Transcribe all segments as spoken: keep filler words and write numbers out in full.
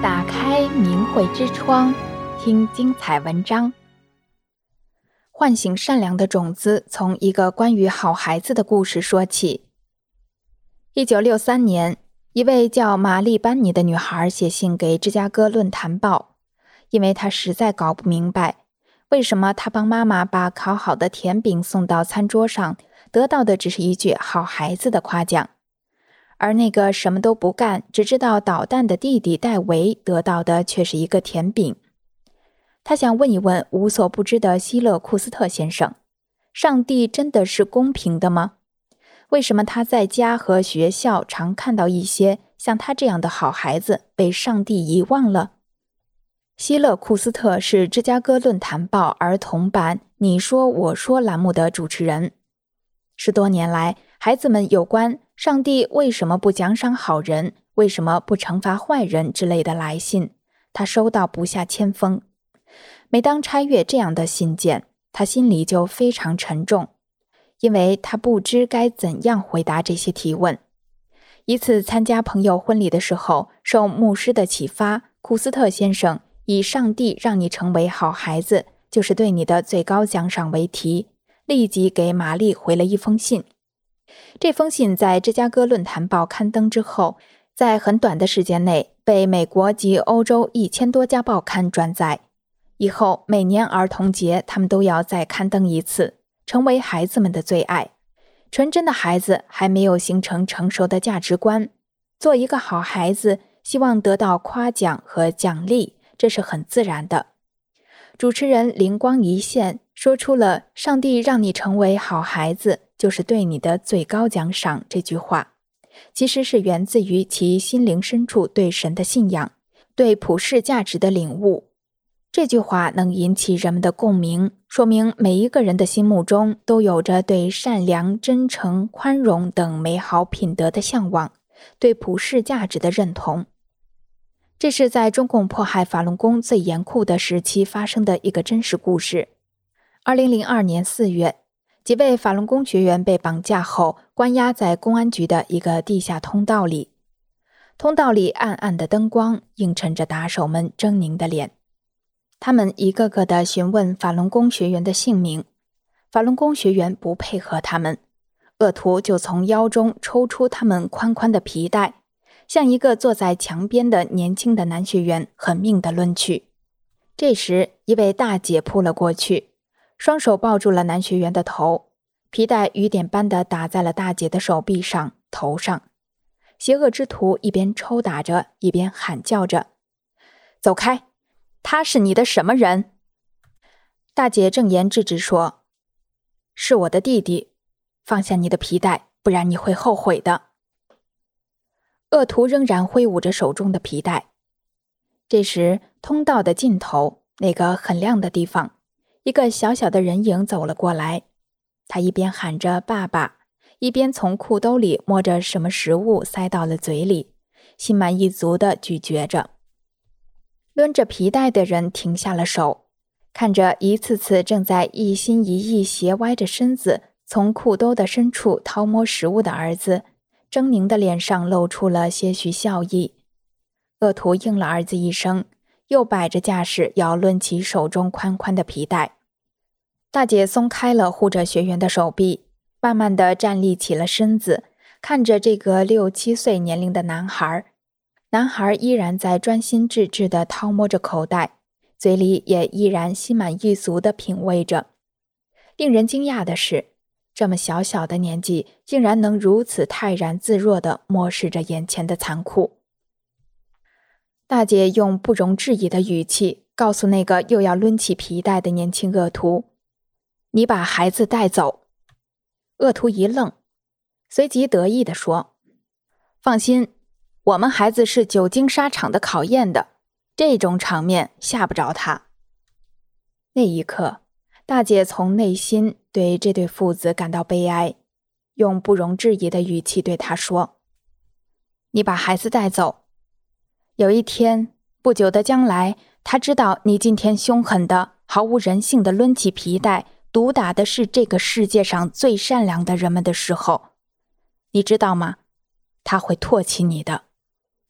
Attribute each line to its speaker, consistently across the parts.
Speaker 1: 打开明慧之窗，听精彩文章，唤醒善良的种子，从一个关于好孩子的故事说起。一九六三年，一位叫玛丽·班尼的女孩写信给芝加哥论坛报，因为她实在搞不明白，为什么她帮妈妈把烤好的甜饼送到餐桌上，得到的只是一句好孩子的夸奖，而那个什么都不干，只知道捣蛋的弟弟戴维得到的却是一个甜饼。他想问一问无所不知的希勒库斯特先生，上帝真的是公平的吗？为什么他在家和学校常看到一些像他这样的好孩子被上帝遗忘了？希勒库斯特是芝加哥论坛报儿童版你说我说栏目的主持人。十多年来，孩子们有关上帝为什么不奖赏好人，为什么不惩罚坏人之类的来信，他收到不下千封。每当拆阅这样的信件，他心里就非常沉重，因为他不知该怎样回答这些提问。一次参加朋友婚礼的时候，受牧师的启发，库斯特先生以上帝让你成为好孩子，就是对你的最高奖赏为题，立即给玛丽回了一封信。这封信在芝加哥论坛报刊登之后，在很短的时间内被美国及欧洲一千多家报刊转载。以后每年儿童节他们都要再刊登一次，成为孩子们的最爱。纯真的孩子还没有形成成熟的价值观，做一个好孩子希望得到夸奖和奖励，这是很自然的。主持人灵光一现，说出了上帝让你成为好孩子就是对你的最高奖赏这句话，其实是源自于其心灵深处对神的信仰，对普世价值的领悟。这句话能引起人们的共鸣，说明每一个人的心目中都有着对善良、真诚、宽容等美好品德的向往，对普世价值的认同。这是在中共迫害法轮功最严酷的时期发生的一个真实故事。二零零二年四月，几位法轮功学员被绑架后，关押在公安局的一个地下通道里。通道里暗暗的灯光映衬着打手们狰狞的脸。他们一个个地询问法轮功学员的姓名，法轮功学员不配合他们，恶徒就从腰中抽出他们宽宽的皮带，向一个坐在墙边的年轻的男学员狠命地抡去。这时，一位大姐扑了过去，双手抱住了男学员的头，皮带雨点般地打在了大姐的手臂上、头上。邪恶之徒一边抽打着，一边喊叫着：“走开！他是你的什么人？”大姐正言制止说：“是我的弟弟，放下你的皮带，不然你会后悔的。”恶徒仍然挥舞着手中的皮带。这时，通道的尽头，那个很亮的地方，一个小小的人影走了过来。他一边喊着爸爸，一边从裤兜里摸着什么食物塞到了嘴里，心满意足地咀嚼着。抡着皮带的人停下了手，看着一次次正在一心一意斜歪着身子从裤兜的深处掏摸食物的儿子，狰狞的脸上露出了些许笑意。恶徒应了儿子一声，又摆着架势要抡起手中宽宽的皮带。大姐松开了护着学员的手臂，慢慢地站立起了身子，看着这个六七岁年龄的男孩。男孩依然在专心致志地掏摸着口袋，嘴里也依然心满意足地品味着。令人惊讶的是，这么小小的年纪，竟然能如此泰然自若地漠视着眼前的残酷。大姐用不容置疑的语气告诉那个又要抡起皮带的年轻恶徒：“你把孩子带走。”恶徒一愣，随即得意地说：“放心，我们孩子是久经沙场的考验的，这种场面吓不着他。”那一刻，大姐从内心对这对父子感到悲哀，用不容置疑的语气对他说：“你把孩子带走。有一天，不久的将来，他知道你今天凶狠的、毫无人性的抡起皮带，毒打的是这个世界上最善良的人们的时候，你知道吗？他会唾弃你的。”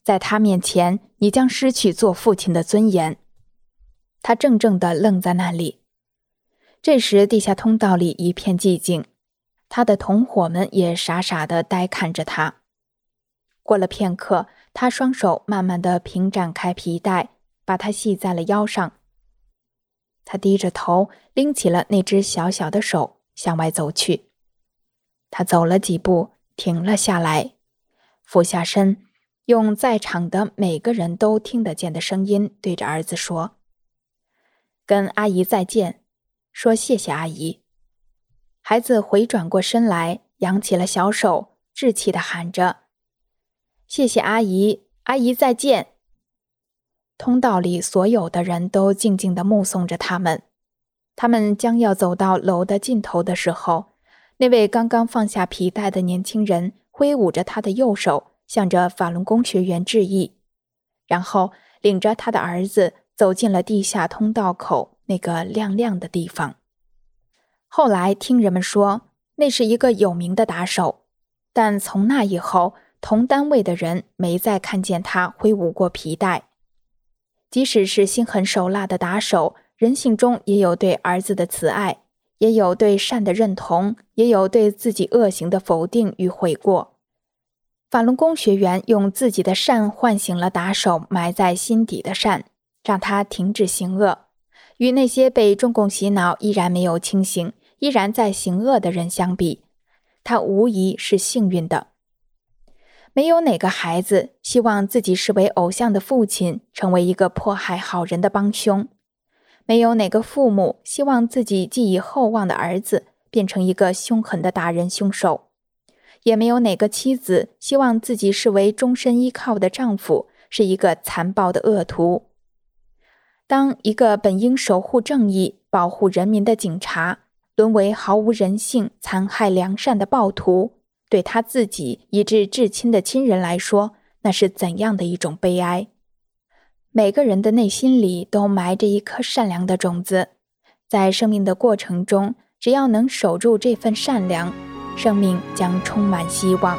Speaker 1: 在他面前，你将失去做父亲的尊严。他怔怔地愣在那里。这时地下通道里一片寂静，他的同伙们也傻傻地呆看着他。过了片刻，他双手慢慢地平展开皮带，把它系在了腰上。他低着头，拎起了那只小小的手，向外走去。他走了几步，停了下来，俯下身，用在场的每个人都听得见的声音对着儿子说：“跟阿姨再见，说谢谢阿姨。”孩子回转过身来，扬起了小手，稚气地喊着：“谢谢阿姨，阿姨再见。”通道里所有的人都静静地目送着他们。他们将要走到楼的尽头的时候，那位刚刚放下皮带的年轻人挥舞着他的右手，向着法轮功学员致意，然后领着他的儿子走进了地下通道口那个亮亮的地方。后来听人们说，那是一个有名的打手，但从那以后，同单位的人没再看见他挥舞过皮带。即使是心狠手辣的打手，人性中也有对儿子的慈爱，也有对善的认同，也有对自己恶行的否定与悔过。法轮功学员用自己的善唤醒了打手埋在心底的善，让他停止行恶。与那些被中共洗脑依然没有清醒，依然在行恶的人相比，他无疑是幸运的。没有哪个孩子希望自己视为偶像的父亲成为一个迫害好人的帮凶，没有哪个父母希望自己寄以厚望的儿子变成一个凶狠的打人凶手，也没有哪个妻子希望自己视为终身依靠的丈夫是一个残暴的恶徒。当一个本应守护正义、保护人民的警察沦为毫无人性、残害良善的暴徒，对他自己以至至亲的亲人来说，那是怎样的一种悲哀。每个人的内心里都埋着一颗善良的种子，在生命的过程中，只要能守住这份善良，生命将充满希望。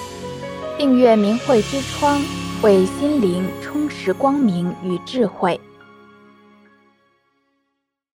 Speaker 1: 订阅明慧之窗，为心灵充实光明与智慧。